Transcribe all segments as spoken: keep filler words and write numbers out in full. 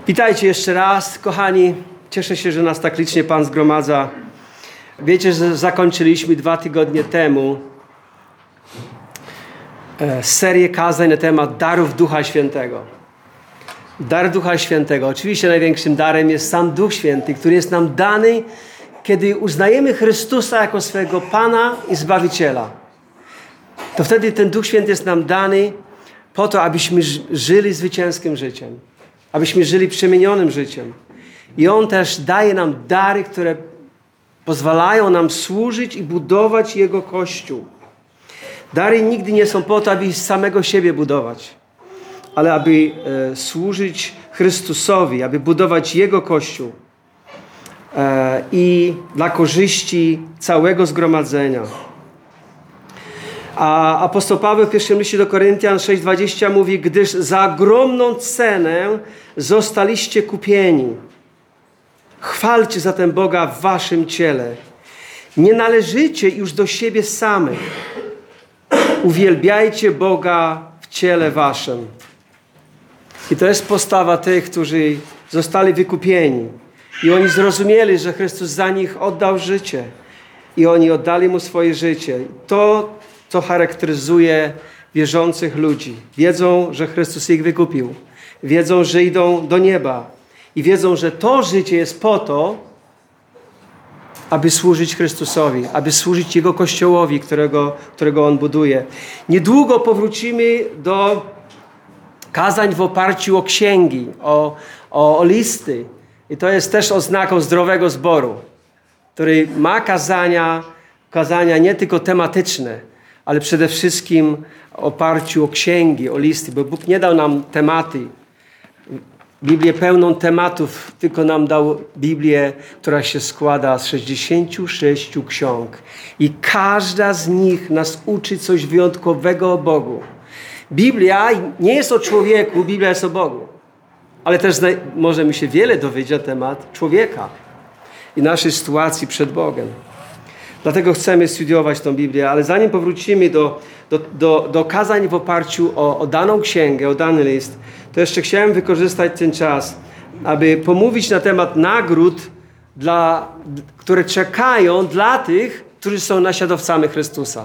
Witajcie jeszcze raz, kochani. Cieszę się, że nas tak licznie Pan zgromadza. Wiecie, że zakończyliśmy dwa tygodnie temu serię kazań na temat darów Ducha Świętego. Dar Ducha Świętego. Oczywiście największym darem jest sam Duch Święty, który jest nam dany, kiedy uznajemy Chrystusa jako swojego Pana i Zbawiciela. To wtedy ten Duch Święty jest nam dany po to, abyśmy żyli zwycięskim życiem. Abyśmy żyli przemienionym życiem. I On też daje nam dary, które pozwalają nam służyć i budować Jego Kościół. Dary nigdy nie są po to, aby samego siebie budować, ale aby e, służyć Chrystusowi, aby budować Jego Kościół e, i dla korzyści całego zgromadzenia. A apostoł Paweł w pierwszym liście do Koryntian sześć dwadzieścia mówi: gdyż za ogromną cenę zostaliście kupieni. Chwalcie zatem Boga w waszym ciele. Nie należycie już do siebie samych. Uwielbiajcie Boga w ciele waszym. I to jest postawa tych, którzy zostali wykupieni. I oni zrozumieli, że Chrystus za nich oddał życie. I oni oddali Mu swoje życie. To, co charakteryzuje wierzących ludzi. Wiedzą, że Chrystus ich wykupił. Wiedzą, że idą do nieba. I wiedzą, że to życie jest po to, aby służyć Chrystusowi, aby służyć Jego Kościołowi, którego, którego On buduje. Niedługo powrócimy do kazań w oparciu o księgi, o, o, o listy. I to jest też oznaką zdrowego zboru, który ma kazania, kazania nie tylko tematyczne, ale przede wszystkim w oparciu o księgi, o listy, bo Bóg nie dał nam tematy. Biblię pełną tematów, tylko nam dał Biblię, która się składa z sześćdziesięciu sześciu ksiąg. I każda z nich nas uczy coś wyjątkowego o Bogu. Biblia nie jest o człowieku, Biblia jest o Bogu. Ale też możemy się wiele dowiedzieć na temat człowieka i naszej sytuacji przed Bogiem. Dlatego chcemy studiować tą Biblię, ale zanim powrócimy do, do, do, do kazań w oparciu o, o daną księgę, o dany list, to jeszcze chciałem wykorzystać ten czas, aby pomówić na temat nagród, dla, które czekają dla tych, którzy są naśladowcami Chrystusa.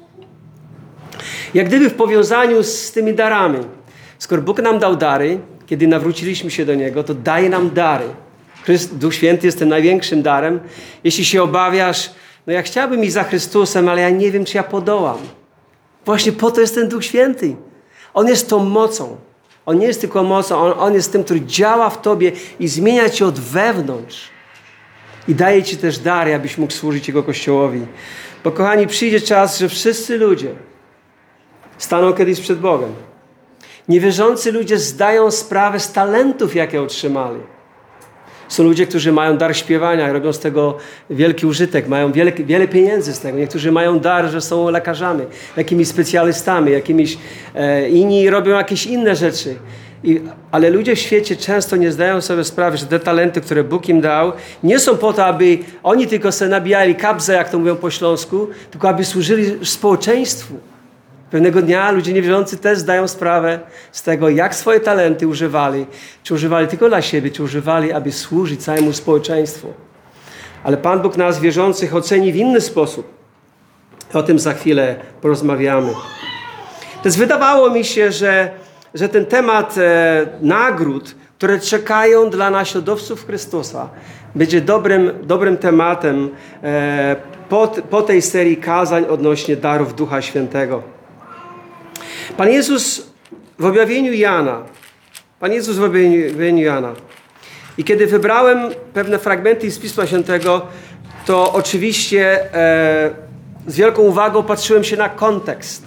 Jak gdyby w powiązaniu z tymi darami. Skoro Bóg nam dał dary, kiedy nawróciliśmy się do Niego, to daje nam dary. Chryst, Duch Święty jest tym największym darem. Jeśli się obawiasz, no ja chciałbym iść za Chrystusem, ale ja nie wiem, czy ja podołam. Właśnie po to jest ten Duch Święty. On jest tą mocą. On nie jest tylko mocą, on, on jest tym, który działa w tobie i zmienia cię od wewnątrz. I daje ci też dary, abyś mógł służyć Jego Kościołowi. Bo kochani, przyjdzie czas, że wszyscy ludzie staną kiedyś przed Bogiem. Niewierzący ludzie zdają sprawę z talentów, jakie otrzymali. Są ludzie, którzy mają dar śpiewania, robią z tego wielki użytek, mają wiele, wiele pieniędzy z tego. Niektórzy mają dar, że są lekarzami, jakimiś specjalistami, jakimiś e, inni robią jakieś inne rzeczy. I, ale ludzie w świecie często nie zdają sobie sprawy, że te talenty, które Bóg im dał, nie są po to, aby oni tylko sobie nabijali kabzę, jak to mówią po śląsku, tylko aby służyli społeczeństwu. Pewnego dnia ludzie niewierzący też zdają sprawę z tego, jak swoje talenty używali. Czy używali tylko dla siebie, czy używali, aby służyć całemu społeczeństwu. Ale Pan Bóg nas wierzących oceni w inny sposób. O tym za chwilę porozmawiamy. Więc wydawało mi się, że, że ten temat e, nagród, które czekają dla naśladowców Chrystusa, będzie dobrym, dobrym tematem e, po, po tej serii kazań odnośnie darów Ducha Świętego. Pan Jezus w objawieniu Jana, Pan Jezus w objawieniu Jana. I kiedy wybrałem pewne fragmenty z Pisma Świętego, to oczywiście e, z wielką uwagą patrzyłem się na kontekst.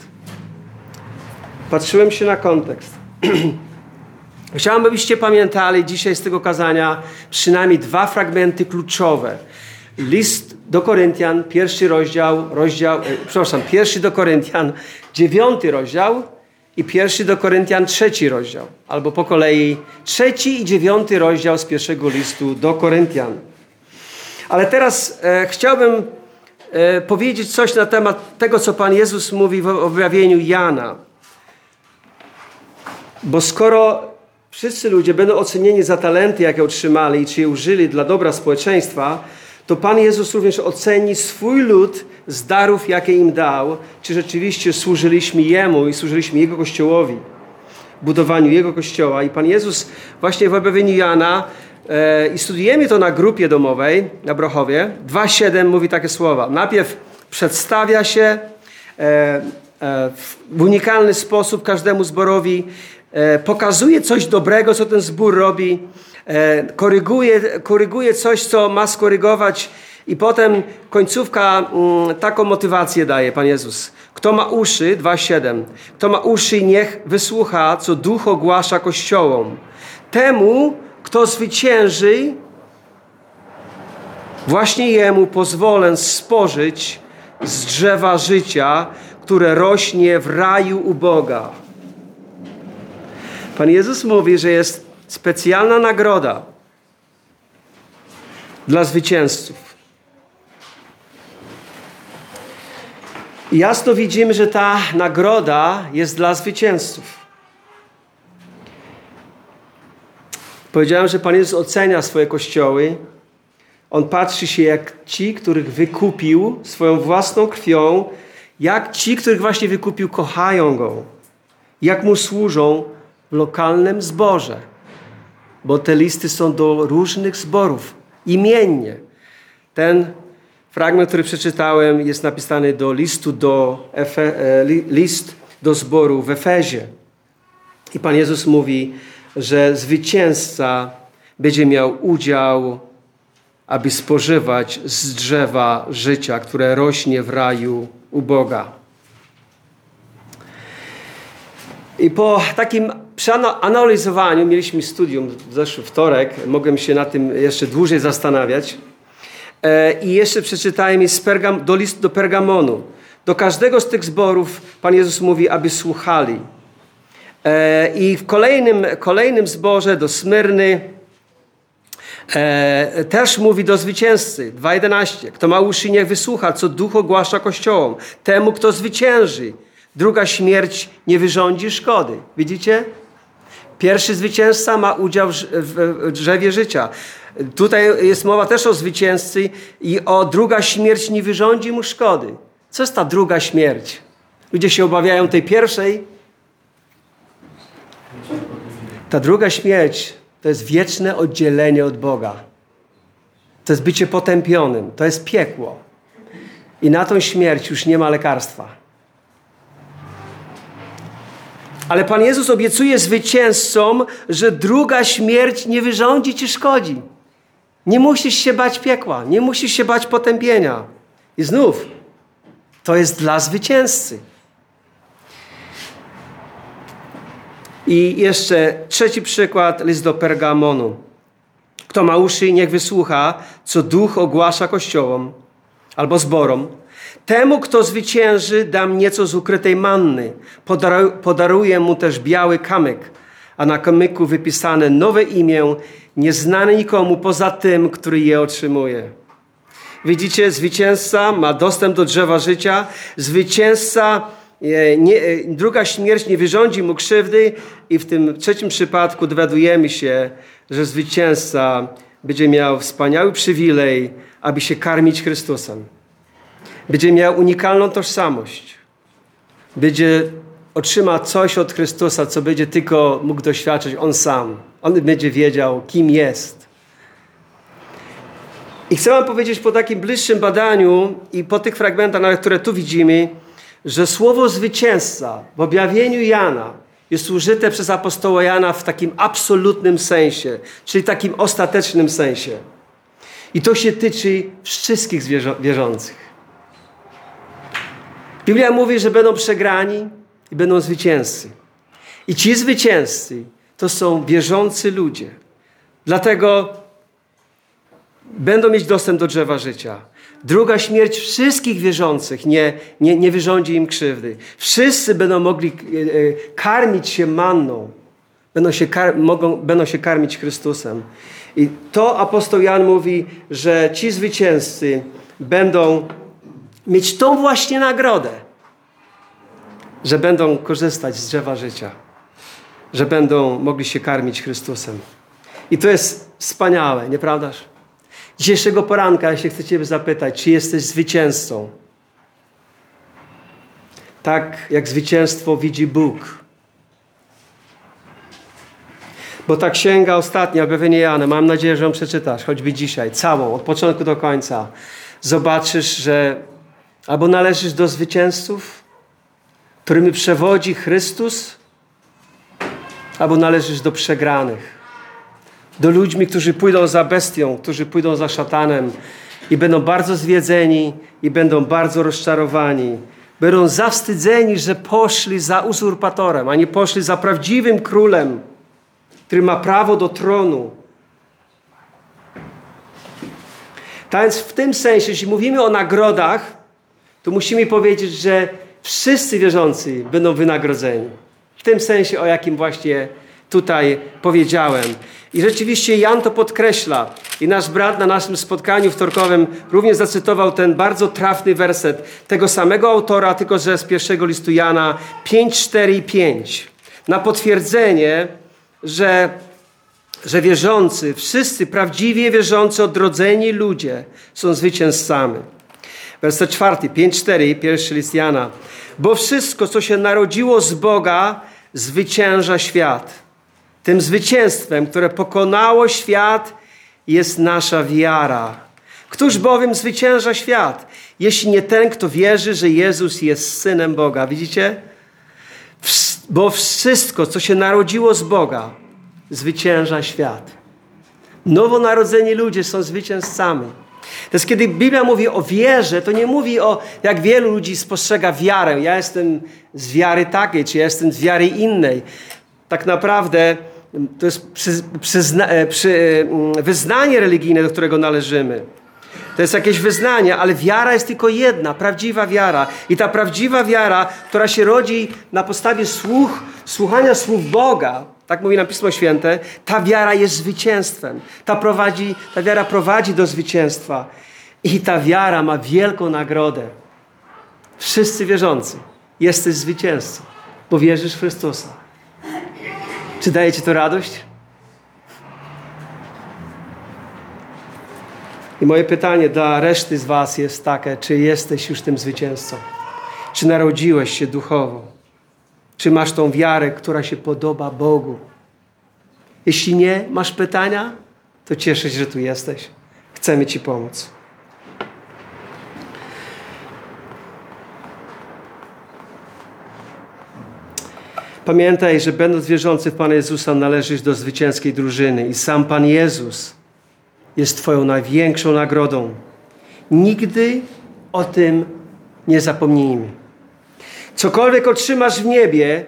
Patrzyłem się na kontekst. Chciałem, abyście pamiętali dzisiaj z tego kazania przynajmniej dwa fragmenty kluczowe. List do Koryntian, pierwszy rozdział, rozdział, e, przepraszam, pierwszy do Koryntian, dziewiąty rozdział i pierwszy do Koryntian, trzeci rozdział. Albo po kolei trzeci i dziewiąty rozdział z pierwszego listu do Koryntian. Ale teraz e, chciałbym e, powiedzieć coś na temat tego, co Pan Jezus mówi w objawieniu Jana. Bo skoro wszyscy ludzie będą ocenieni za talenty, jakie otrzymali i czy je użyli dla dobra społeczeństwa, to Pan Jezus również oceni swój lud z darów, jakie im dał, czy rzeczywiście służyliśmy Jemu i służyliśmy Jego Kościołowi, budowaniu Jego Kościoła. I Pan Jezus właśnie w objawieniu Jana, e, i studujemy to na grupie domowej, na Brochowie, dwa siedem mówi takie słowa. Najpierw przedstawia się e, e, w unikalny sposób każdemu zborowi, e, pokazuje coś dobrego, co ten zbór robi, e, koryguje, koryguje coś, co ma skorygować i potem końcówka mm, taką motywację daje Pan Jezus. Kto ma uszy, dwa siedem, kto ma uszy, niech wysłucha, co Duch ogłasza Kościołom. Temu, kto zwycięży, właśnie jemu pozwolę spożyć z drzewa życia, które rośnie w raju u Boga. Pan Jezus mówi, że jest specjalna nagroda dla zwycięzców. I jasno widzimy, że ta nagroda jest dla zwycięzców. Powiedziałem, że Pan Jezus ocenia swoje kościoły. On patrzy się jak ci, których wykupił swoją własną krwią, jak ci, których właśnie wykupił, kochają Go. Jak Mu służą w lokalnym zborze. Bo te listy są do różnych zborów. Imiennie. Ten fragment, który przeczytałem, jest napisany do listu do Efe, list do zboru w Efezie. I Pan Jezus mówi, że zwycięzca będzie miał udział, aby spożywać z drzewa życia, które rośnie w raju u Boga. I po takim przeanalizowaniu, mieliśmy studium w zeszły wtorek, mogłem się na tym jeszcze dłużej zastanawiać. I jeszcze przeczytałem z Pergam, do listu do Pergamonu. Do każdego z tych zborów Pan Jezus mówi, aby słuchali. I w kolejnym, kolejnym zborze do Smyrny e, też mówi do zwycięzcy. dwa jedenaście. Kto ma uszy, niech wysłucha, co Duch ogłasza Kościołom. Temu, kto zwycięży. Druga śmierć nie wyrządzi szkody. Widzicie? Pierwszy zwycięzca ma udział w, w, w drzewie życia. Tutaj jest mowa też o zwycięzcy i o druga śmierć nie wyrządzi mu szkody. Co jest ta druga śmierć? Ludzie się obawiają tej pierwszej. Ta druga śmierć to jest wieczne oddzielenie od Boga. To jest bycie potępionym. To jest piekło. I na tą śmierć już nie ma lekarstwa. Ale Pan Jezus obiecuje zwycięzcom, że druga śmierć nie wyrządzi ci szkodzi. Nie musisz się bać piekła. Nie musisz się bać potępienia. I znów, to jest dla zwycięzcy. I jeszcze trzeci przykład, list do Pergamonu. Kto ma uszy, niech wysłucha, co Duch ogłasza Kościołom albo zborom. Temu, kto zwycięży, dam nieco z ukrytej manny. Podaru- podaruję mu też biały kamyk, a na kamyku wypisane nowe imię, nieznane nikomu poza tym, który je otrzymuje. Widzicie, zwycięzca ma dostęp do drzewa życia. Zwycięzca, e, nie, e, druga śmierć nie wyrządzi mu krzywdy i w tym trzecim przypadku dowiadujemy się, że zwycięzca będzie miał wspaniały przywilej, aby się karmić Chrystusem. Będzie miał unikalną tożsamość. Będzie otrzyma coś od Chrystusa, co będzie tylko mógł doświadczyć On sam. On będzie wiedział, kim jest. I chcę wam powiedzieć po takim bliższym badaniu i po tych fragmentach, które tu widzimy, że słowo zwycięzca w objawieniu Jana jest użyte przez apostoła Jana w takim absolutnym sensie, czyli takim ostatecznym sensie. I to się tyczy wszystkich zwierzę- wierzących. Biblia mówi, że będą przegrani i będą zwycięzcy. I ci zwycięzcy to są wierzący ludzie. Dlatego będą mieć dostęp do drzewa życia. Druga śmierć wszystkich wierzących nie, nie, nie wyrządzi im krzywdy. Wszyscy będą mogli karmić się manną. Będą się, kar- mogą, będą się karmić Chrystusem. I to apostoł Jan mówi, że ci zwycięzcy będą mieć tą właśnie nagrodę, że będą korzystać z drzewa życia. że będą mogli się karmić Chrystusem. I to jest wspaniałe, nieprawdaż? Dzisiejszego poranka, jeśli chcę Ciebie zapytać, czy jesteś zwycięzcą? Tak jak zwycięstwo widzi Bóg. Bo ta księga ostatnia, Objawienie Jana, mam nadzieję, że ją przeczytasz, choćby dzisiaj, całą, od początku do końca. Zobaczysz, że albo należysz do zwycięzców, którymi przewodzi Chrystus, albo należysz do przegranych. Do ludźmi, którzy pójdą za bestią, którzy pójdą za szatanem i będą bardzo zwiedzeni i będą bardzo rozczarowani. Będą zawstydzeni, że poszli za uzurpatorem, a nie poszli za prawdziwym królem, który ma prawo do tronu. Tak więc w tym sensie, jeśli mówimy o nagrodach, to musimy powiedzieć, że wszyscy wierzący będą wynagrodzeni. W tym sensie, o jakim właśnie tutaj powiedziałem. I rzeczywiście Jan to podkreśla. I nasz brat na naszym spotkaniu wtorkowym również zacytował ten bardzo trafny werset tego samego autora, tylko że z pierwszego listu Jana pięć, cztery i pięć. Na potwierdzenie, że, że wierzący, wszyscy prawdziwie wierzący, odrodzeni ludzie są zwycięzcami. Werset czwarty, pięć, cztery, pierwszy list Jana. Bo wszystko, co się narodziło z Boga, zwycięża świat. Tym zwycięstwem, które pokonało świat, jest nasza wiara. Któż bowiem zwycięża świat, jeśli nie ten, kto wierzy, że Jezus jest Synem Boga? Widzicie? Bo wszystko, co się narodziło z Boga, zwycięża świat. Nowonarodzeni ludzie są zwycięzcami. To jest, kiedy Biblia mówi o wierze, to nie mówi o, jak wielu ludzi spostrzega wiarę. Ja jestem z wiary takiej, czy ja jestem z wiary innej. Tak naprawdę to jest przy, przyzna, przy, wyznanie religijne, do którego należymy. To jest jakieś wyznanie, ale wiara jest tylko jedna, prawdziwa wiara. I ta prawdziwa wiara, która się rodzi na podstawie słuch, słuchania słów Boga, tak mówi nam Pismo Święte, ta wiara jest zwycięstwem. Ta, prowadzi, ta wiara prowadzi do zwycięstwa. I ta wiara ma wielką nagrodę. Wszyscy wierzący, jesteś zwycięzcą, bo wierzysz w Chrystusa. Czy daje Ci to radość? I moje pytanie dla reszty z was jest takie, czy jesteś już tym zwycięzcą? Czy narodziłeś się duchowo? Czy masz tą wiarę, która się podoba Bogu? Jeśli nie masz pytania, to cieszę się, że tu jesteś. Chcemy Ci pomóc. Pamiętaj, że będąc wierzący w Pana Jezusa, należysz do zwycięskiej drużyny i sam Pan Jezus jest Twoją największą nagrodą. Nigdy o tym nie zapomnijmy. Cokolwiek otrzymasz w niebie,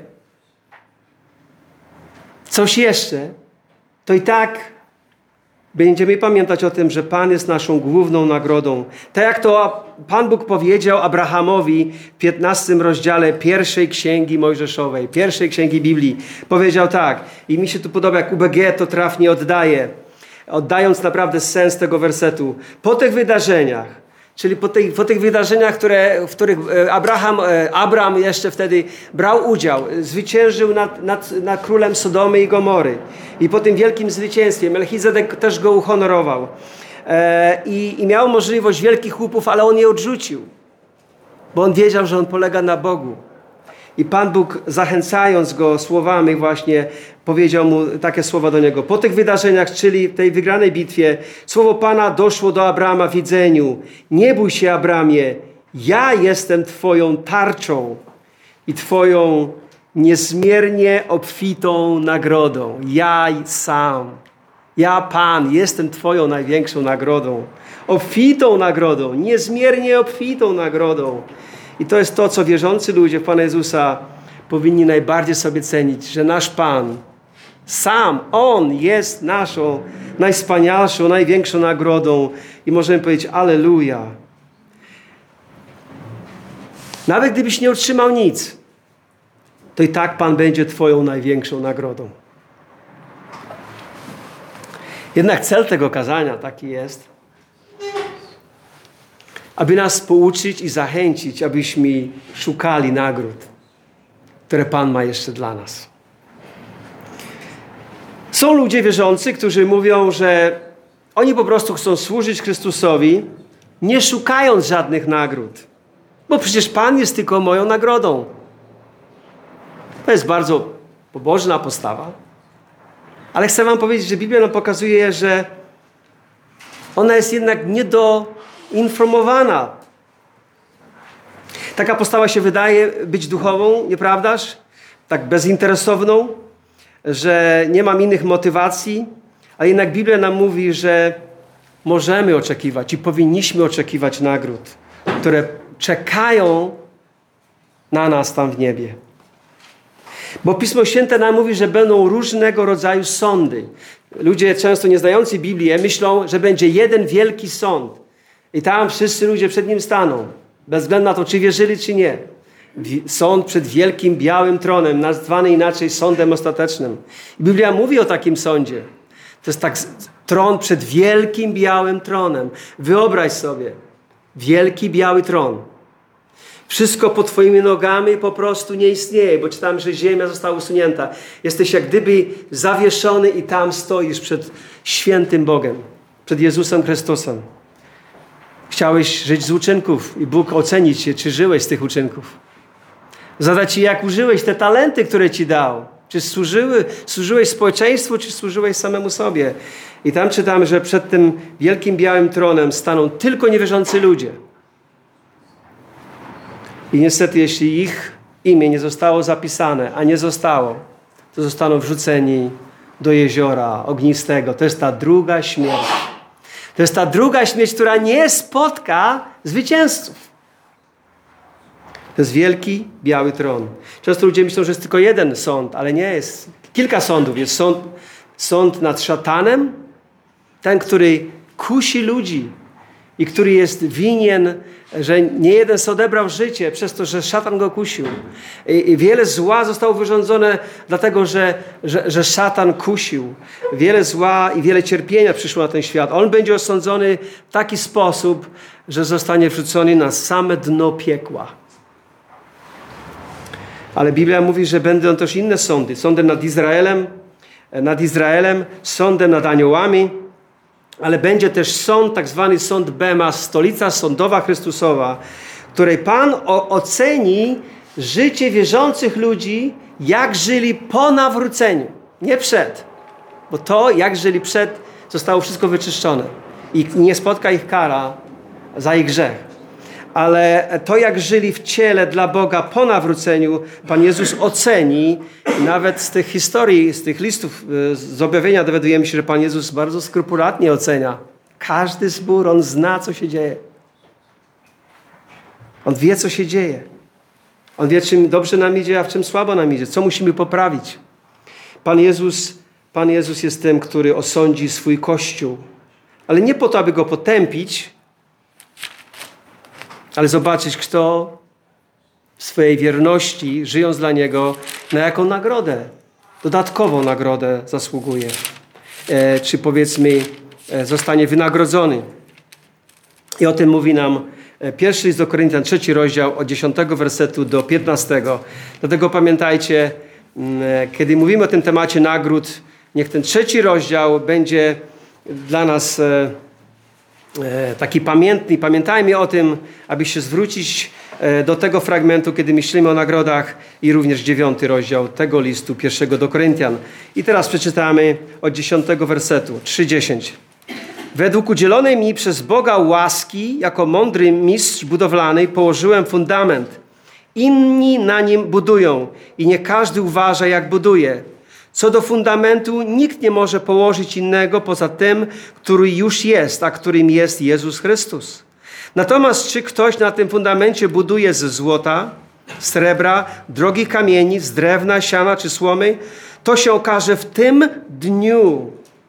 coś jeszcze, to i tak będziemy pamiętać o tym, że Pan jest naszą główną nagrodą. Tak jak to Pan Bóg powiedział Abrahamowi w piętnastym rozdziale pierwszej księgi Mojżeszowej, pierwszej księgi Biblii. Powiedział tak, i mi się tu podoba, jak U B G to trafnie oddaje, oddając naprawdę sens tego wersetu. Po tych wydarzeniach, czyli po tych, po tych wydarzeniach, które, w których Abraham, Abram jeszcze wtedy brał udział, zwyciężył nad, nad, nad królem Sodomy i Gomory. I po tym wielkim zwycięstwie Melchizedek też go uhonorował. E, i, I miał możliwość wielkich łupów, ale on je odrzucił. Bo on wiedział, że on polega na Bogu. I Pan Bóg, zachęcając go słowami właśnie, powiedział mu takie słowa do niego. Po tych wydarzeniach, czyli w tej wygranej bitwie, słowo Pana doszło do Abrama w widzeniu. Nie bój się, Abramie, ja jestem Twoją tarczą i Twoją niezmiernie obfitą nagrodą. Ja sam, ja Pan, jestem Twoją największą nagrodą. Obfitą nagrodą, niezmiernie obfitą nagrodą. I to jest to, co wierzący ludzie w Pana Jezusa powinni najbardziej sobie cenić, że nasz Pan, sam On jest naszą najwspanialszą, największą nagrodą. I możemy powiedzieć, alleluja. Nawet gdybyś nie otrzymał nic, to i tak Pan będzie Twoją największą nagrodą. Jednak cel tego kazania taki jest, aby nas pouczyć i zachęcić, abyśmy szukali nagród, które Pan ma jeszcze dla nas. Są ludzie wierzący, którzy mówią, że oni po prostu chcą służyć Chrystusowi, nie szukając żadnych nagród. Bo przecież Pan jest tylko moją nagrodą. To jest bardzo pobożna postawa. Ale chcę wam powiedzieć, że Biblia nam pokazuje, że ona jest jednak niedoinformowana. Taka postawa się wydaje być duchową, nieprawdaż? Tak bezinteresowną, że nie mam innych motywacji, a jednak Biblia nam mówi, że możemy oczekiwać i powinniśmy oczekiwać nagród, które czekają na nas tam w niebie. Bo Pismo Święte nam mówi, że będą różnego rodzaju sądy. Ludzie często nie znający Biblię myślą, że będzie jeden wielki sąd. I tam wszyscy ludzie przed nim staną. Bez względu na to, czy wierzyli, czy nie. Sąd przed wielkim białym tronem, nazwany inaczej sądem ostatecznym. I Biblia mówi o takim sądzie. To jest tak tron przed wielkim białym tronem. Wyobraź sobie. Wielki biały tron. Wszystko pod twoimi nogami po prostu nie istnieje, bo czytam, że ziemia została usunięta. Jesteś jak gdyby zawieszony i tam stoisz przed świętym Bogiem, przed Jezusem Chrystusem. Chciałeś żyć z uczynków i Bóg ocenić się, czy żyłeś z tych uczynków. Zadać ci, jak użyłeś te talenty, które ci dał. Czy służyły, służyłeś społeczeństwu, czy służyłeś samemu sobie. I tam czytam, że przed tym wielkim białym tronem staną tylko niewierzący ludzie. I niestety, jeśli ich imię nie zostało zapisane, a nie zostało, to zostaną wrzuceni do jeziora ognistego. To jest ta druga śmierć. To jest ta druga śmierć, która nie spotka zwycięzców. To jest wielki, biały tron. Często ludzie myślą, że jest tylko jeden sąd, ale nie jest. Kilka sądów. Jest sąd, sąd nad szatanem, ten, który kusi ludzi i który jest winien, że nie jeden sobie odebrał życie przez to, że szatan go kusił. I, i wiele zła zostało wyrządzone dlatego, że, że, że szatan kusił. Wiele zła i wiele cierpienia przyszło na ten świat. On będzie osądzony w taki sposób, że zostanie wrzucony na same dno piekła. Ale Biblia mówi, że będą też inne sądy. Sądem nad Izraelem, nad Izraelem, sądem nad aniołami, ale będzie też sąd, tak zwany sąd Bema, stolica sądowa Chrystusowa, której Pan o, oceni życie wierzących ludzi, jak żyli po nawróceniu, nie przed. Bo to, jak żyli przed, zostało wszystko wyczyszczone. I nie spotka ich kara za ich grzech. Ale to, jak żyli w ciele dla Boga po nawróceniu, Pan Jezus oceni. Nawet z tych historii, z tych listów z objawienia dowiadujemy się, że Pan Jezus bardzo skrupulatnie ocenia. Każdy zbór, On zna, co się dzieje. On wie, co się dzieje. On wie, czym dobrze nam idzie, a w czym słabo nam idzie. Co musimy poprawić. Pan Jezus, Pan Jezus jest tym, który osądzi swój Kościół. Ale nie po to, aby go potępić, ale zobaczyć, kto w swojej wierności, żyjąc dla Niego, na jaką nagrodę, dodatkową nagrodę zasługuje. E, czy powiedzmy e, zostanie wynagrodzony. I o tym mówi nam pierwszy list do Koryntian, trzeci rozdział, od dziesiątego wersetu do piętnastego. Dlatego pamiętajcie, m, kiedy mówimy o tym temacie nagród, niech ten trzeci rozdział będzie dla nas e, taki pamiętny. Pamiętajmy o tym, aby się zwrócić do tego fragmentu, kiedy myślimy o nagrodach, i również dziewiąty rozdział tego listu pierwszego do Koryntian. I teraz przeczytamy od dziesiątego wersetu, trzy dziesięć. Według udzielonej mi przez Boga łaski, jako mądry mistrz budowlany, położyłem fundament. Inni na nim budują i nie każdy uważa, jak buduje. Co do fundamentu, nikt nie może położyć innego poza tym, który już jest, a którym jest Jezus Chrystus. Natomiast czy ktoś na tym fundamencie buduje ze złota, srebra, drogich kamieni, z drewna, siana czy słomy, to się okaże w tym dniu.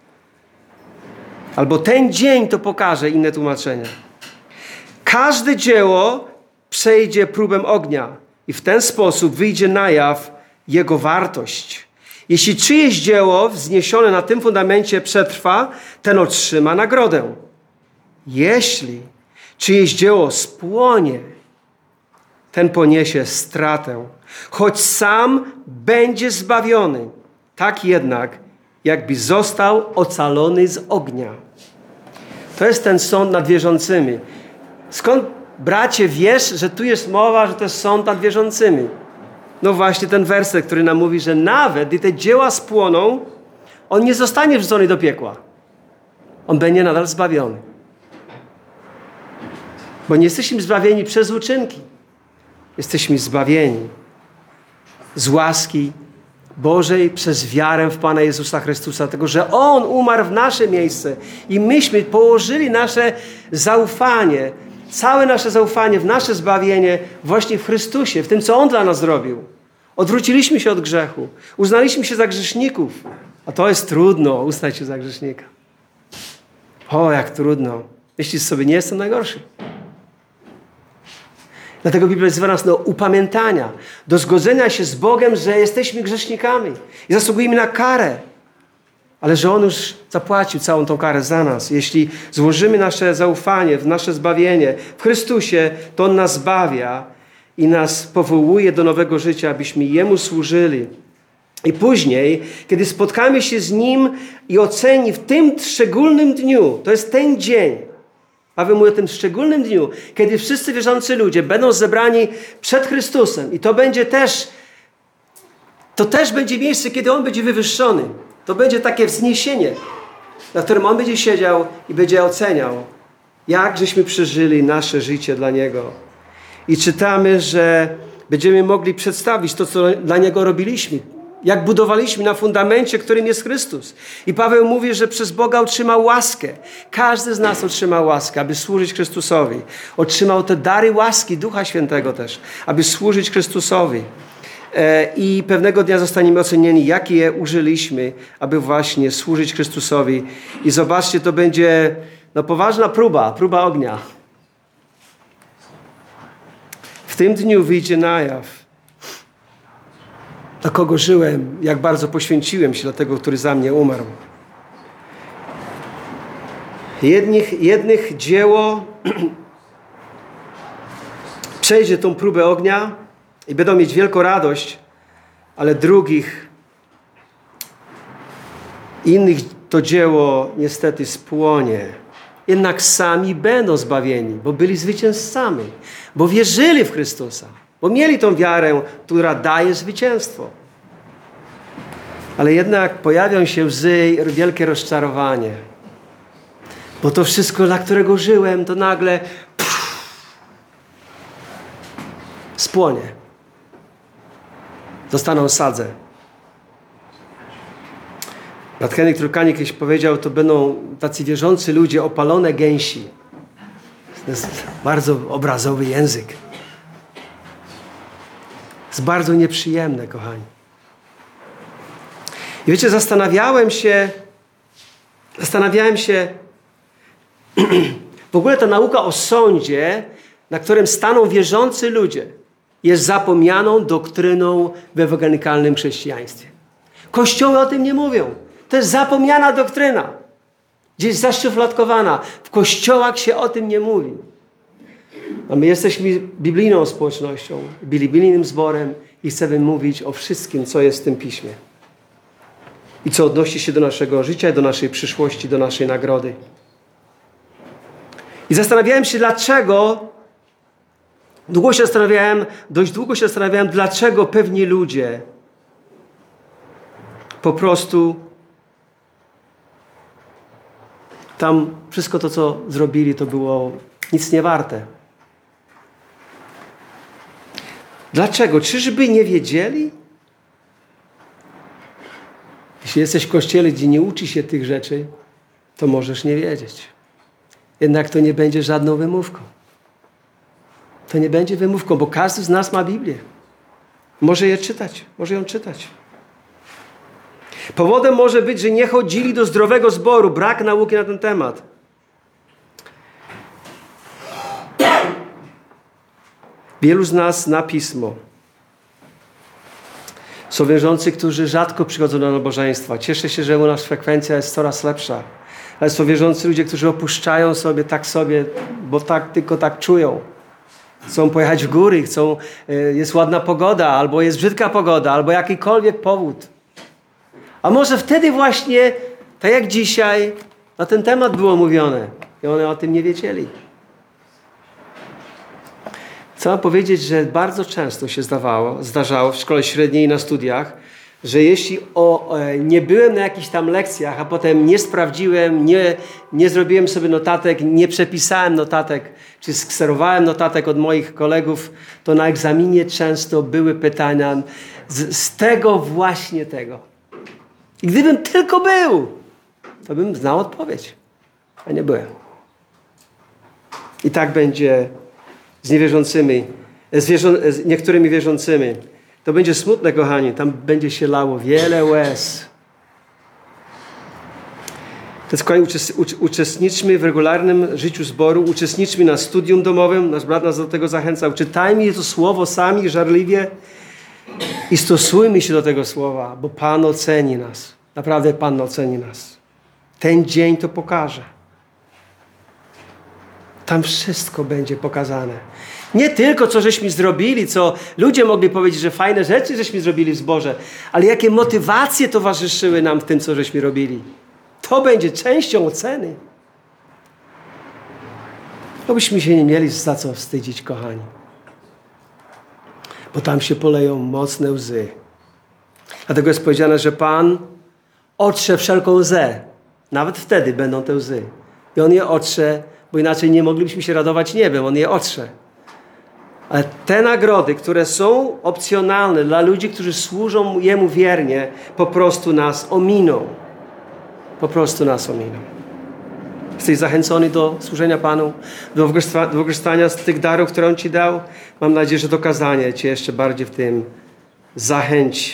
Albo ten dzień to pokaże, inne tłumaczenia. Każde dzieło przejdzie próbę ognia i w ten sposób wyjdzie na jaw jego wartość. Jeśli czyjeś dzieło wzniesione na tym fundamencie przetrwa, ten otrzyma nagrodę. Jeśli czyjeś dzieło spłonie, ten poniesie stratę, choć sam będzie zbawiony. Tak jednak jakby został ocalony z ognia. To jest ten sąd nad wierzącymi. Skąd, bracie, wiesz, że tu jest mowa, że to jest sąd nad wierzącymi? No właśnie ten werset, który nam mówi, że nawet gdy te dzieła spłoną, on nie zostanie wrzucony do piekła. On będzie nadal zbawiony. Bo nie jesteśmy zbawieni przez uczynki. Jesteśmy zbawieni z łaski Bożej przez wiarę w Pana Jezusa Chrystusa. Dlatego, że On umarł w nasze miejsce i myśmy położyli nasze zaufanie, całe nasze zaufanie w nasze zbawienie właśnie w Chrystusie, w tym, co On dla nas zrobił. Odwróciliśmy się od grzechu. Uznaliśmy się za grzeszników. A to jest trudno, uznać się za grzesznika. O, jak trudno. Myślisz sobie, nie jestem najgorszy. Dlatego Biblia wzywa nas do upamiętania, do zgodzenia się z Bogiem, że jesteśmy grzesznikami i zasługujemy na karę. Ale że On już zapłacił całą tą karę za nas. Jeśli złożymy nasze zaufanie w nasze zbawienie w Chrystusie, to On nas zbawia i nas powołuje do nowego życia, abyśmy Jemu służyli. I później, kiedy spotkamy się z Nim i oceni w tym szczególnym dniu, to jest ten dzień, Paweł mówi o tym szczególnym dniu, kiedy wszyscy wierzący ludzie będą zebrani przed Chrystusem i to będzie też, to też będzie miejsce, kiedy On będzie wywyższony. To będzie takie wzniesienie, na którym On będzie siedział i będzie oceniał, jak żeśmy przeżyli nasze życie dla Niego. I czytamy, że będziemy mogli przedstawić to, co dla Niego robiliśmy. Jak budowaliśmy na fundamencie, którym jest Chrystus. I Paweł mówi, że przez Boga otrzymał łaskę. Każdy z nas otrzymał łaskę, aby służyć Chrystusowi. Otrzymał te dary łaski Ducha Świętego też, aby służyć Chrystusowi. I pewnego dnia zostaniemy ocenieni, jakie je użyliśmy, aby właśnie służyć Chrystusowi. I zobaczcie, to będzie no, poważna próba, próba ognia. W tym dniu wyjdzie na jaw, dla kogo żyłem, jak bardzo poświęciłem się dla tego, który za mnie umarł. Jednych, jednych dzieło przejdzie tą próbę ognia i będą mieć wielką radość, ale drugich, innych to dzieło niestety spłonie. Jednak sami będą zbawieni, bo byli zwycięzcami, bo wierzyli w Chrystusa, bo mieli tą wiarę, która daje zwycięstwo. Ale jednak pojawią się łzy i wielkie rozczarowanie. Bo to wszystko, dla którego żyłem, to nagle pff, spłonie. Zostaną sadze. Brat Henryk Trukanik kiedyś powiedział, to będą tacy wierzący ludzie, opalone gęsi. To jest bardzo obrazowy język. Jest bardzo nieprzyjemne, kochani. I wiecie, zastanawiałem się, zastanawiałem się, w ogóle ta nauka o sądzie, na którym staną wierzący ludzie, jest zapomnianą doktryną w ewangelikalnym chrześcijaństwie. Kościoły o tym nie mówią. To jest zapomniana doktryna. Gdzieś zaszufladkowana. W kościołach się o tym nie mówi. A my jesteśmy biblijną społecznością, biblijnym zborem i chcemy mówić o wszystkim, co jest w tym Piśmie. I co odnosi się do naszego życia, do naszej przyszłości, do naszej nagrody. I zastanawiałem się, dlaczego, długo się zastanawiałem, dość długo się zastanawiałem, dlaczego pewni ludzie po prostu tam wszystko to, co zrobili, to było nic nie warte. Dlaczego? Czyżby nie wiedzieli? Jeśli jesteś w kościele, gdzie nie uczy się tych rzeczy, to możesz nie wiedzieć. Jednak to nie będzie żadną wymówką. To nie będzie wymówką, bo każdy z nas ma Biblię. Może je czytać, może ją czytać. Powodem może być, że nie chodzili do zdrowego zboru, brak nauki na ten temat. Wielu z nas zna Pismo. Są wierzący, którzy rzadko przychodzą do nabożeństwa. Cieszę się, że u nas frekwencja jest coraz lepsza. Ale są wierzący ludzie, którzy opuszczają sobie tak sobie, bo tak tylko tak czują. Chcą pojechać w góry, chcą, jest ładna pogoda, albo jest brzydka pogoda, albo jakikolwiek powód. A może wtedy właśnie, tak jak dzisiaj, na ten temat było mówione i one o tym nie wiedzieli. Chcę powiedzieć, że bardzo często się zdawało, zdarzało w szkole średniej i na studiach, że jeśli o, e, nie byłem na jakichś tam lekcjach, a potem nie sprawdziłem, nie, nie zrobiłem sobie notatek, nie przepisałem notatek, czy skserowałem notatek od moich kolegów, to na egzaminie często były pytania z, z tego właśnie tego. I gdybym tylko był, to bym znał odpowiedź, a nie byłem. I tak będzie z niewierzącymi, z, wierzą, z niektórymi wierzącymi. To będzie smutne, kochani. Tam będzie się lało wiele łez. Więc kochani, uczestniczmy w regularnym życiu zboru, uczestniczmy na studium domowym. Nasz brat nas do tego zachęcał. Czytajmy to słowo sami, żarliwie i stosujmy się do tego słowa, bo Pan oceni nas. Naprawdę Pan oceni nas. Ten dzień to pokaże. Tam wszystko będzie pokazane. Nie tylko, co żeśmy zrobili, co ludzie mogli powiedzieć, że fajne rzeczy żeśmy zrobili w zborze, ale jakie motywacje towarzyszyły nam w tym, co żeśmy robili. To będzie częścią oceny. To byśmy się nie mieli za co wstydzić, kochani. Bo tam się poleją mocne łzy. Dlatego jest powiedziane, że Pan otrze wszelką łzę. Nawet wtedy będą te łzy. I On je otrze, bo inaczej nie moglibyśmy się radować niebem. On je otrze. Ale te nagrody, które są opcjonalne dla ludzi, którzy służą Jemu wiernie, po prostu nas ominą. Po prostu nas ominą. Jesteś zachęcony do służenia Panu, do wykorzystania z tych darów, które On Ci dał? Mam nadzieję, że to kazanie Cię jeszcze bardziej w tym zachęci.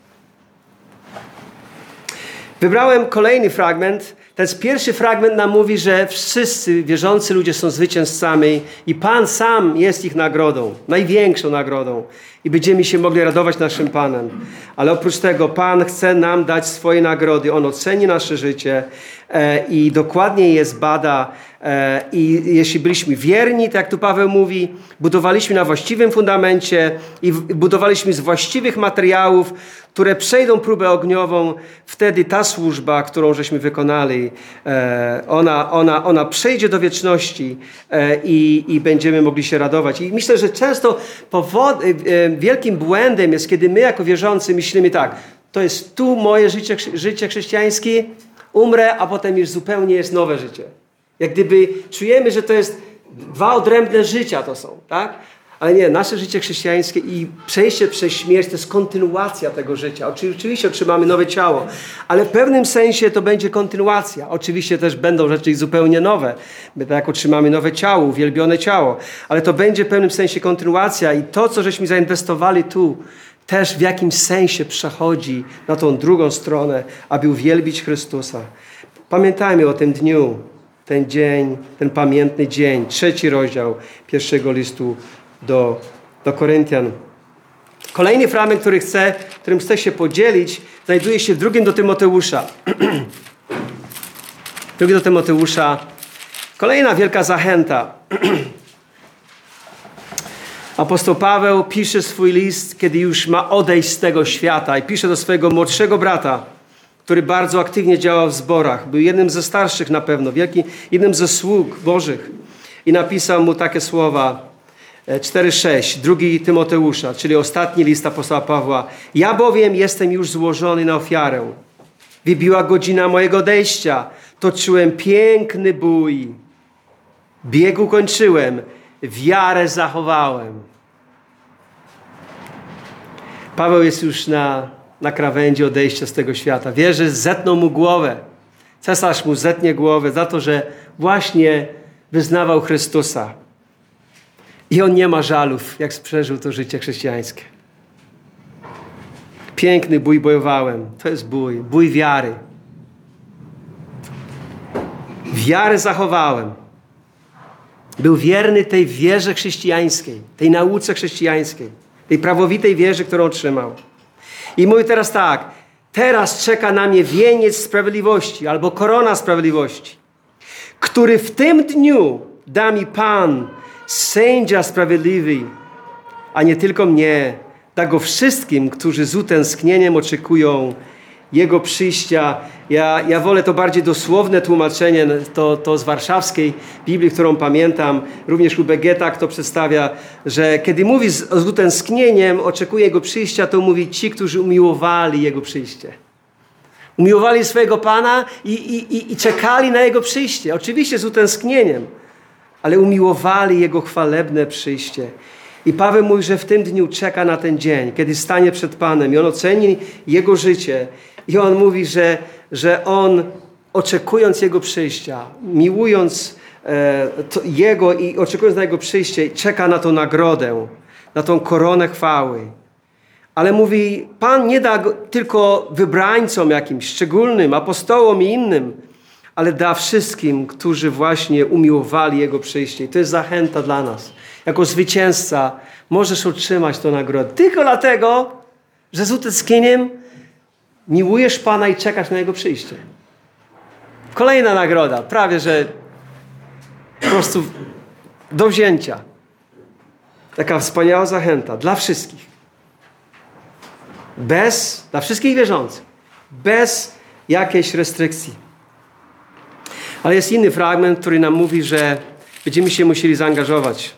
Wybrałem kolejny fragment. Ten pierwszy fragment nam mówi, że wszyscy wierzący ludzie są zwycięzcami i Pan sam jest ich nagrodą, największą nagrodą. I będziemy się mogli radować naszym Panem. Ale oprócz tego Pan chce nam dać swoje nagrody. On oceni nasze życie e, i dokładnie je zbada. E, I jeśli byliśmy wierni, tak jak tu Paweł mówi, budowaliśmy na właściwym fundamencie i w, budowaliśmy z właściwych materiałów, które przejdą próbę ogniową, wtedy ta służba, którą żeśmy wykonali, e, ona, ona, ona przejdzie do wieczności e, i, i będziemy mogli się radować. I myślę, że często powod, e, wielkim błędem jest, kiedy my jako wierzący myślimy tak, to jest tu moje życie, życie chrześcijańskie, umrę, a potem już zupełnie jest nowe życie. Jak gdyby czujemy, że to jest dwa odrębne życia to są, tak? Ale nie, nasze życie chrześcijańskie i przejście przez śmierć to jest kontynuacja tego życia. Oczywiście otrzymamy nowe ciało, ale w pewnym sensie to będzie kontynuacja. Oczywiście też będą rzeczy zupełnie nowe. My tak jak otrzymamy nowe ciało, uwielbione ciało, ale to będzie w pewnym sensie kontynuacja i to, co żeśmy zainwestowali tu, też w jakimś sensie przechodzi na tą drugą stronę, aby uwielbić Chrystusa. Pamiętajmy o tym dniu, ten dzień, ten pamiętny dzień, trzeci rozdział pierwszego listu do, do Koryntian. Kolejny fragment, który chcę, którym chcę się podzielić, znajduje się w drugim do Tymoteusza. Drugi do Tymoteusza. Kolejna wielka zachęta. Apostoł Paweł pisze swój list, kiedy już ma odejść z tego świata i pisze do swojego młodszego brata, który bardzo aktywnie działał w zborach. Był jednym ze starszych na pewno, wielki, jednym ze sług Bożych. I napisał mu takie słowa, cztery sześć, drugi Tymoteusza, czyli ostatni list apostoła Pawła. Ja bowiem jestem już złożony na ofiarę. Wybiła godzina mojego odejścia. Toczyłem piękny bój. Bieg ukończyłem. Wiarę zachowałem. Paweł jest już na, na krawędzi odejścia z tego świata. Wie, że zetną mu głowę. Cesarz mu zetnie głowę za to, że właśnie wyznawał Chrystusa. I on nie ma żalów, jak przeżył to życie chrześcijańskie. Piękny bój bojowałem. To jest bój. Bój wiary. Wiarę zachowałem. Był wierny tej wierze chrześcijańskiej, tej nauce chrześcijańskiej, tej prawowitej wierze, którą otrzymał. I mówi teraz tak, teraz czeka na mnie wieniec sprawiedliwości albo korona sprawiedliwości, który w tym dniu da mi Pan, sędzia sprawiedliwy, a nie tylko mnie, da go wszystkim, którzy z utęsknieniem oczekują Jego przyjścia. Ja, ja wolę to bardziej dosłowne tłumaczenie, to, to z warszawskiej Biblii, którą pamiętam. Również u Begeta to przedstawia, że kiedy mówi z, z utęsknieniem, oczekuje Jego przyjścia, to mówi ci, którzy umiłowali Jego przyjście. Umiłowali swojego Pana i, i, i, i czekali na Jego przyjście. Oczywiście z utęsknieniem, ale umiłowali Jego chwalebne przyjście. I Paweł mówi, że w tym dniu czeka na ten dzień, kiedy stanie przed Panem i on oceni Jego życie. I on mówi, że, że on oczekując Jego przyjścia, miłując e, to Jego i oczekując na Jego przyjście, czeka na tą nagrodę, na tą koronę chwały. Ale mówi, Pan nie da tylko wybrańcom jakimś szczególnym, apostołom i innym, ale da wszystkim, którzy właśnie umiłowali Jego przyjście. I to jest zachęta dla nas. Jako zwycięzca możesz otrzymać tę nagrodę. Tylko dlatego, że z utęsknieniem miłujesz Pana i czekasz na Jego przyjście. Kolejna nagroda, prawie że po prostu do wzięcia. Taka wspaniała zachęta dla wszystkich. Bez, dla wszystkich wierzących. Bez jakiejś restrykcji. Ale jest inny fragment, który nam mówi, że będziemy się musieli zaangażować.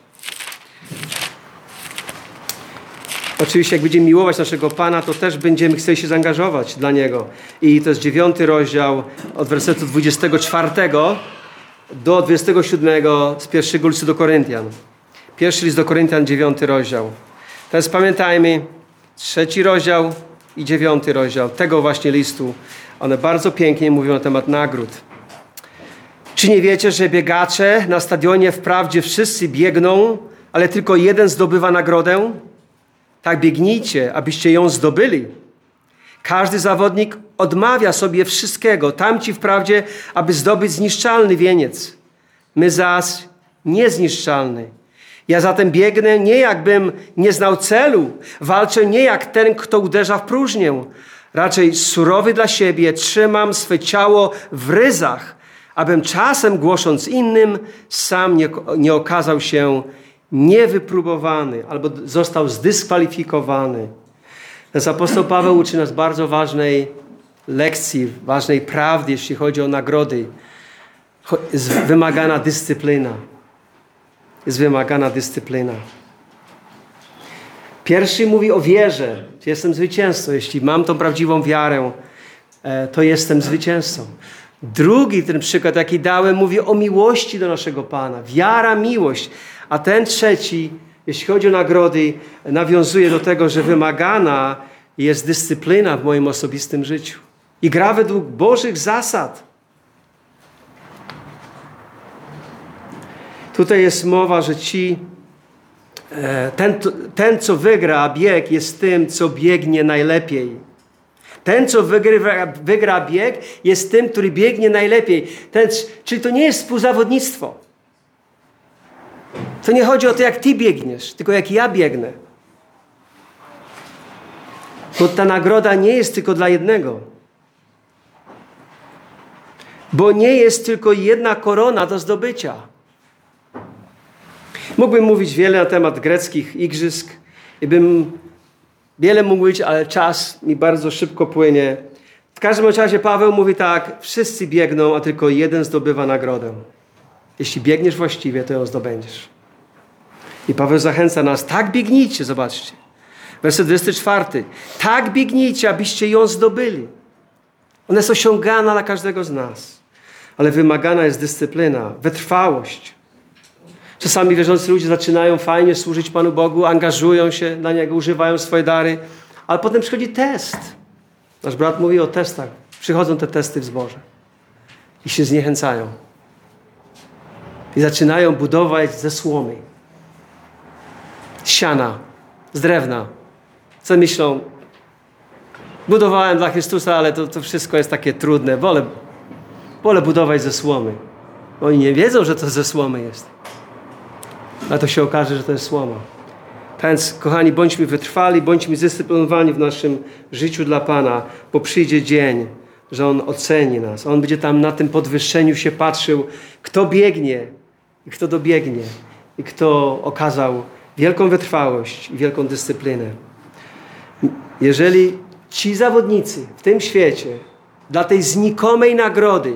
Oczywiście jak będziemy miłować naszego Pana, to też będziemy chcieli się zaangażować dla Niego. I to jest dziewiąty rozdział od wersetu dwudziestego czwartego do dwudziestego siódmego z pierwszego listu do Koryntian. Pierwszy list do Koryntian, dziewiąty rozdział. Teraz pamiętajmy, trzeci rozdział i dziewiąty rozdział tego właśnie listu. One bardzo pięknie mówią na temat nagród. Czy nie wiecie, że biegacze na stadionie wprawdzie wszyscy biegną, ale tylko jeden zdobywa nagrodę? Tak biegnijcie, abyście ją zdobyli. Każdy zawodnik odmawia sobie wszystkiego. Tamci wprawdzie, aby zdobyć zniszczalny wieniec. My zaś niezniszczalny. Ja zatem biegnę nie jakbym nie znał celu. Walczę nie jak ten, kto uderza w próżnię. Raczej surowy dla siebie trzymam swe ciało w ryzach, abym czasem głosząc innym sam nie, nie okazał się niewypróbowany albo został zdyskwalifikowany. Więc apostoł Paweł uczy nas bardzo ważnej lekcji, ważnej prawdy, jeśli chodzi o nagrody. Jest wymagana dyscyplina. Jest wymagana dyscyplina. Pierwszy mówi o wierze. Jestem zwycięzcą. Jeśli mam tą prawdziwą wiarę, to jestem zwycięzcą. Drugi, ten przykład, jaki dałem, mówi o miłości do naszego Pana. Wiara, miłość. A ten trzeci, jeśli chodzi o nagrody, nawiązuje do tego, że wymagana jest dyscyplina w moim osobistym życiu. I gra według Bożych zasad. Tutaj jest mowa, że ci, ten, ten, co wygra bieg, jest tym, co biegnie najlepiej. Ten, co wygrywa, wygra bieg, jest tym, który biegnie najlepiej. Ten, czyli to nie jest współzawodnictwo. To nie chodzi o to, jak ty biegniesz, tylko jak ja biegnę. Bo ta nagroda nie jest tylko dla jednego. Bo nie jest tylko jedna korona do zdobycia. Mógłbym mówić wiele na temat greckich igrzysk i bym wiele mógł mówić, ale czas mi bardzo szybko płynie. W każdym razie Paweł mówi tak, wszyscy biegną, a tylko jeden zdobywa nagrodę. Jeśli biegniesz właściwie, to ją zdobędziesz. I Paweł zachęca nas, tak biegnijcie, zobaczcie. Werset dwudziesty czwarty. Tak biegnijcie, abyście ją zdobyli. Ona jest osiągana dla każdego z nas. Ale wymagana jest dyscyplina, wytrwałość. Czasami wierzący ludzie zaczynają fajnie służyć Panu Bogu, angażują się na Niego, używają swoje dary, ale potem przychodzi test. Nasz brat mówi o testach. Przychodzą te testy w zborze i się zniechęcają. I zaczynają budować ze słomy, z siana, z drewna. Co myślą? Budowałem dla Chrystusa, ale to, to wszystko jest takie trudne. Wolę, wolę budować ze słomy. Oni nie wiedzą, że to ze słomy jest. Ale to się okaże, że to jest słoma. Więc, kochani, bądźmy wytrwali, bądźmy zdyscyplinowani w naszym życiu dla Pana, bo przyjdzie dzień, że On oceni nas. On będzie tam na tym podwyższeniu się patrzył, kto biegnie i kto dobiegnie i kto okazał wielką wytrwałość i wielką dyscyplinę. Jeżeli ci zawodnicy w tym świecie, dla tej znikomej nagrody,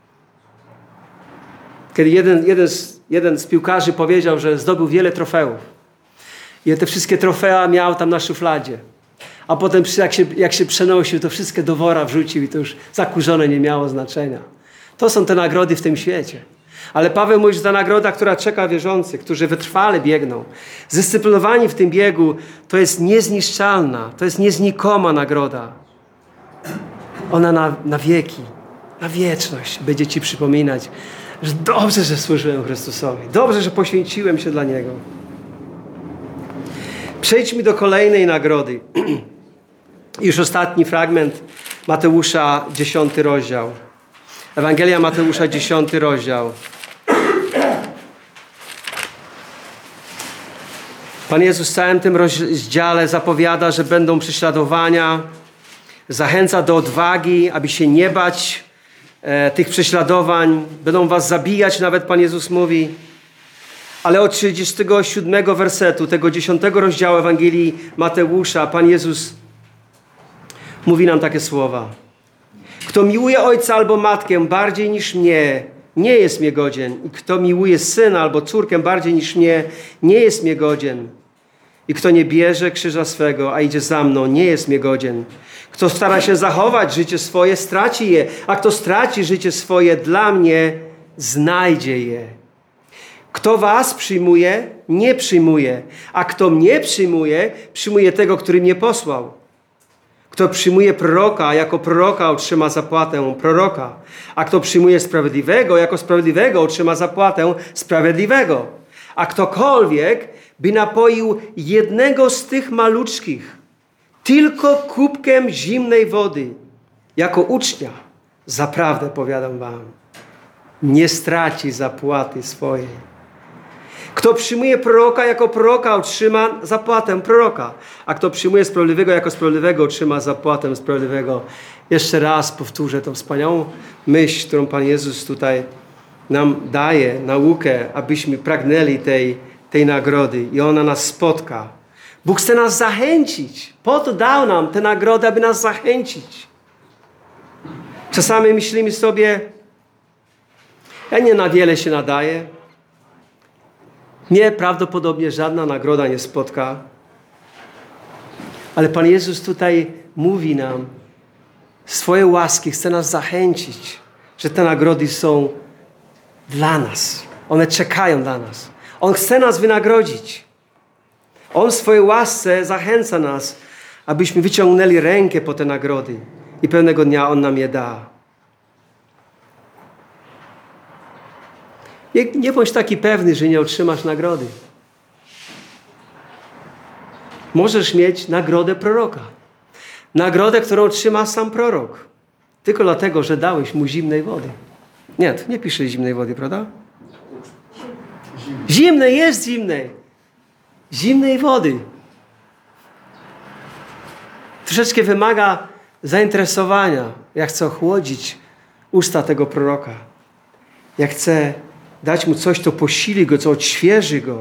kiedy jeden, jeden, z, jeden z piłkarzy powiedział, że zdobył wiele trofeów i te wszystkie trofea miał tam na szufladzie, a potem jak się, jak się przenosił, to wszystkie do wora wrzucił i to już zakurzone nie miało znaczenia. To są te nagrody w tym świecie. Ale Paweł mówi, że ta nagroda, która czeka wierzących, którzy wytrwale biegną, zdyscyplinowani w tym biegu, to jest niezniszczalna, to jest nieznikoma nagroda. Ona na, na wieki, na wieczność będzie ci przypominać, że dobrze, że służyłem Chrystusowi. Dobrze, że poświęciłem się dla Niego. Przejdźmy do kolejnej nagrody. Już ostatni fragment Mateusza, dziesiąty rozdział. Ewangelia Mateusza, dziesiąty rozdział. Pan Jezus w całym tym rozdziale zapowiada, że będą prześladowania. Zachęca do odwagi, aby się nie bać e, tych prześladowań. Będą was zabijać, nawet Pan Jezus mówi. Ale od trzydziestego siódmego wersetu tego dziesiątego rozdziału Ewangelii Mateusza Pan Jezus mówi nam takie słowa. Kto miłuje ojca albo matkę bardziej niż mnie, nie jest mnie godzien. I kto miłuje syna albo córkę bardziej niż mnie, nie jest mnie godzien. I kto nie bierze krzyża swego, a idzie za mną, nie jest mnie godzien. Kto stara się zachować życie swoje, straci je. A kto straci życie swoje dla mnie, znajdzie je. Kto was przyjmuje, nie przyjmuje. A kto mnie przyjmuje, przyjmuje tego, który mnie posłał. Kto przyjmuje proroka, jako proroka otrzyma zapłatę proroka. A kto przyjmuje sprawiedliwego, jako sprawiedliwego otrzyma zapłatę sprawiedliwego. A ktokolwiek by napoił jednego z tych maluczkich tylko kubkiem zimnej wody, jako ucznia, zaprawdę powiadam wam, nie straci zapłaty swojej. Kto przyjmuje proroka jako proroka, otrzyma zapłatę proroka. A kto przyjmuje sprawiedliwego jako sprawiedliwego, otrzyma zapłatę sprawiedliwego. Jeszcze raz powtórzę tą wspaniałą myśl, którą Pan Jezus tutaj nam daje, naukę, abyśmy pragnęli tej, tej nagrody. I ona nas spotka. Bóg chce nas zachęcić. Po to dał nam tę nagrodę, aby nas zachęcić. Czasami myślimy sobie, ja nie na wiele się nadaję. Mnie prawdopodobnie żadna nagroda nie spotka. Ale Pan Jezus tutaj mówi nam swoje łaski, chce nas zachęcić, że te nagrody są dla nas. One czekają dla nas. On chce nas wynagrodzić. On w swojej łasce zachęca nas, abyśmy wyciągnęli rękę po te nagrody i pewnego dnia On nam je da. Nie, nie bądź taki pewny, że nie otrzymasz nagrody. Możesz mieć nagrodę proroka. Nagrodę, którą otrzyma sam prorok. Tylko dlatego, że dałeś mu zimnej wody. Nie, tu nie pisze zimnej wody, prawda? Zimnej, jest zimnej. Zimnej wody. Troszeczkę wymaga zainteresowania. Ja chcę ochłodzić usta tego proroka. Ja chcę dać mu coś, co posili go, co odświeży go.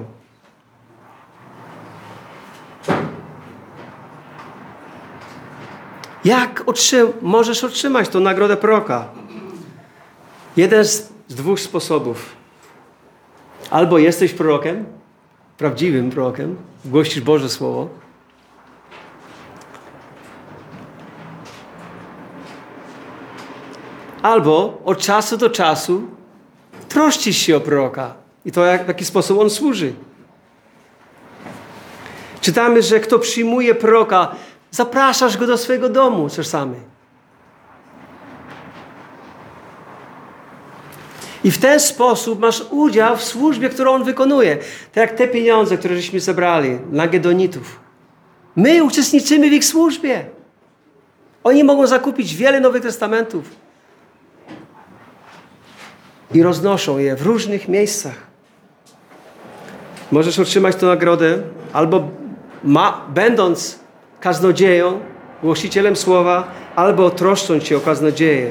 Jak otrzym- możesz otrzymać tą nagrodę proroka? Jeden z, z dwóch sposobów. Albo jesteś prorokiem, prawdziwym prorokiem, głościsz Boże Słowo. Albo od czasu do czasu troszczysz się o proroka i to jak, w jaki sposób on służy. Czytamy, że kto przyjmuje proroka, zapraszasz go do swojego domu czasami. I w ten sposób masz udział w służbie, którą on wykonuje. Tak jak te pieniądze, które żeśmy zebrali dla Gedonitów. My uczestniczymy w ich służbie. Oni mogą zakupić wiele Nowych Testamentów. I roznoszą je w różnych miejscach. Możesz otrzymać tę nagrodę, albo ma, będąc kaznodzieją, głosicielem słowa, albo troszcząc się o kaznodzieję.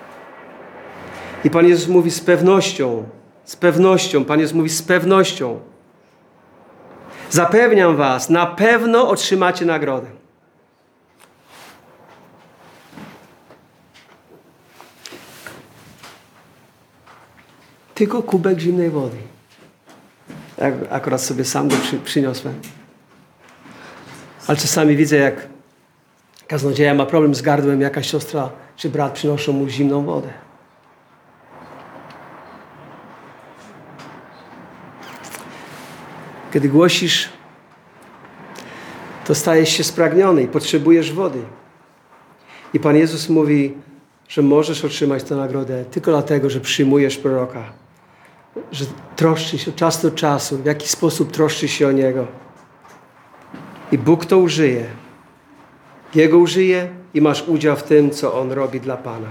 I Pan Jezus mówi z pewnością, z pewnością, Pan Jezus mówi z pewnością. Zapewniam was, na pewno otrzymacie nagrodę. Tylko kubek zimnej wody. Jak akurat sobie sam go przy, przyniosłem. Ale czasami widzę, jak kaznodzieja ma problem z gardłem, jakaś siostra czy brat przynoszą mu zimną wodę. Kiedy głosisz, to stajesz się spragniony i potrzebujesz wody. I Pan Jezus mówi, że możesz otrzymać tę nagrodę tylko dlatego, że przyjmujesz proroka. Że troszczy się od czasu do czasu, w jaki sposób troszczy się o Niego. I Bóg to użyje. Jego użyje i masz udział w tym, co On robi dla Pana.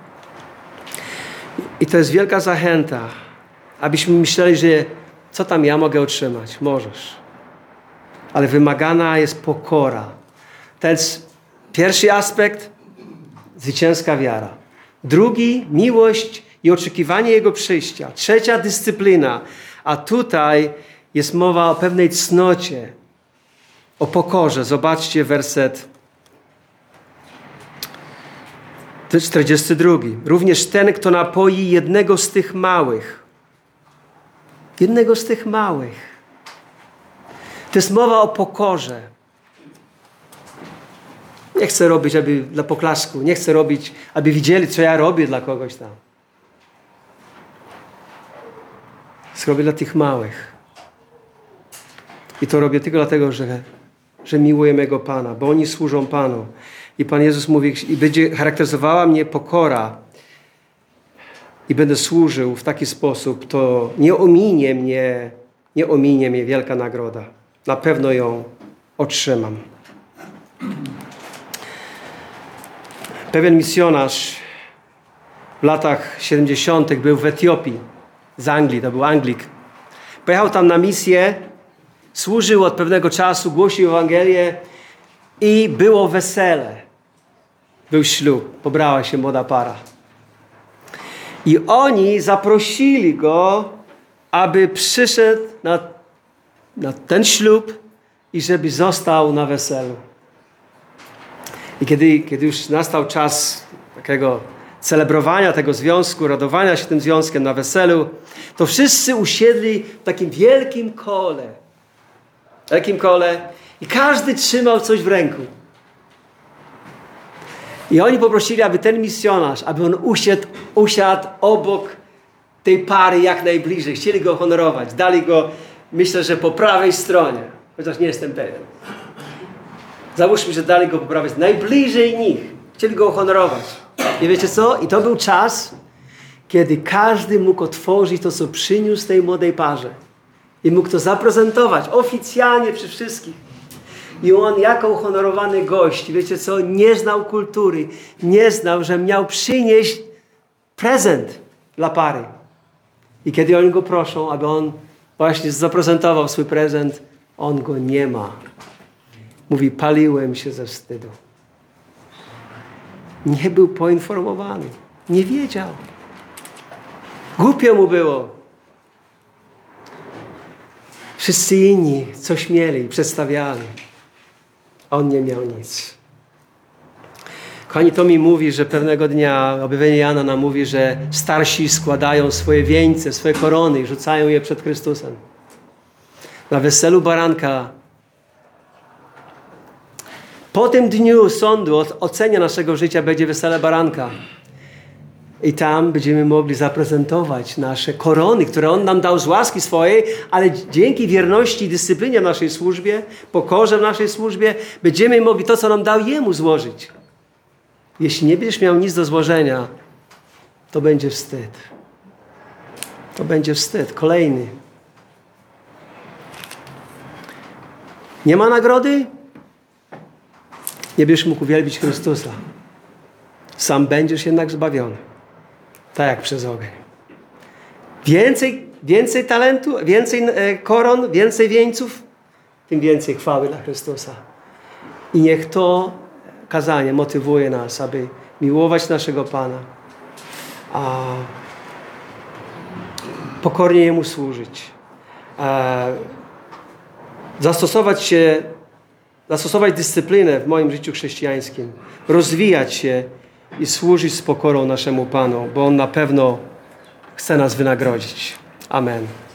I to jest wielka zachęta, abyśmy myśleli, że co tam ja mogę otrzymać? Możesz. Ale wymagana jest pokora. To jest pierwszy aspekt, zwycięska wiara. Drugi, miłość i oczekiwanie Jego przyjścia. Trzecia, dyscyplina. A tutaj jest mowa o pewnej cnocie, o pokorze. Zobaczcie werset czterdziesty drugi. Również ten, kto napoi jednego z tych małych. Jednego z tych małych. To jest mowa o pokorze. Nie chcę robić aby dla poklasku. Nie chcę robić, aby widzieli, co ja robię dla kogoś tam. Zrobię dla tych małych. I to robię tylko dlatego, że, że miłuję mego Pana, bo oni służą Panu. I Pan Jezus mówi, i będzie charakteryzowała mnie pokora i będę służył w taki sposób, to nie ominie mnie, nie ominie mnie wielka nagroda. Na pewno ją otrzymam. Pewien misjonarz w latach siedemdziesiątych był w Etiopii, z Anglii, to był Anglik. Pojechał tam na misję, służył od pewnego czasu, głosił Ewangelię i było wesele. Był ślub, pobrała się młoda para. I oni zaprosili go, aby przyszedł na, na ten ślub i żeby został na weselu. I kiedy, kiedy już nastał czas takiego celebrowania tego związku, radowania się tym związkiem na weselu, to wszyscy usiedli w takim wielkim kole. Wielkim kole i każdy trzymał coś w ręku. I oni poprosili, aby ten misjonarz, aby on usiadł, usiadł obok tej pary jak najbliżej. Chcieli go honorować. Dali go, myślę, że po prawej stronie. Chociaż nie jestem pewien. Załóżmy, że dali go po prawej stronie. Najbliżej nich. Chcieli go honorować. I wiecie co? I to był czas, kiedy każdy mógł otworzyć to, co przyniósł tej młodej parze. I mógł to zaprezentować oficjalnie przy wszystkich. I on jako uhonorowany gość, wiecie co, nie znał kultury, nie znał, że miał przynieść prezent dla pary. I kiedy oni go proszą, aby on właśnie zaprezentował swój prezent, on go nie ma. Mówi, paliłem się ze wstydu. Nie był poinformowany. Nie wiedział. Głupio mu było. Wszyscy inni coś mieli, przedstawiali. On nie miał nic. Kochani, to mi mówi, że pewnego dnia objawienie Jana nam mówi, że starsi składają swoje wieńce, swoje korony i rzucają je przed Chrystusem. Na weselu baranka. Po tym dniu sądu, ocenia naszego życia będzie wesele baranka. I tam będziemy mogli zaprezentować nasze korony, które On nam dał z łaski swojej, ale dzięki wierności i dyscyplinie w naszej służbie, pokorze w naszej służbie, będziemy mogli to, co nam dał Jemu, złożyć. Jeśli nie będziesz miał nic do złożenia, to będzie wstyd. To będzie wstyd. Kolejny. Nie ma nagrody? Nie będziesz mógł uwielbić Chrystusa. Sam będziesz jednak zbawiony. Tak jak przez ogień. Więcej, więcej talentu, więcej koron, więcej wieńców, tym więcej chwały dla Chrystusa. I niech to kazanie motywuje nas, aby miłować naszego Pana, a pokornie Jemu służyć, a zastosować się, zastosować dyscyplinę w moim życiu chrześcijańskim, rozwijać się i służyć z pokorą naszemu Panu, bo On na pewno chce nas wynagrodzić. Amen.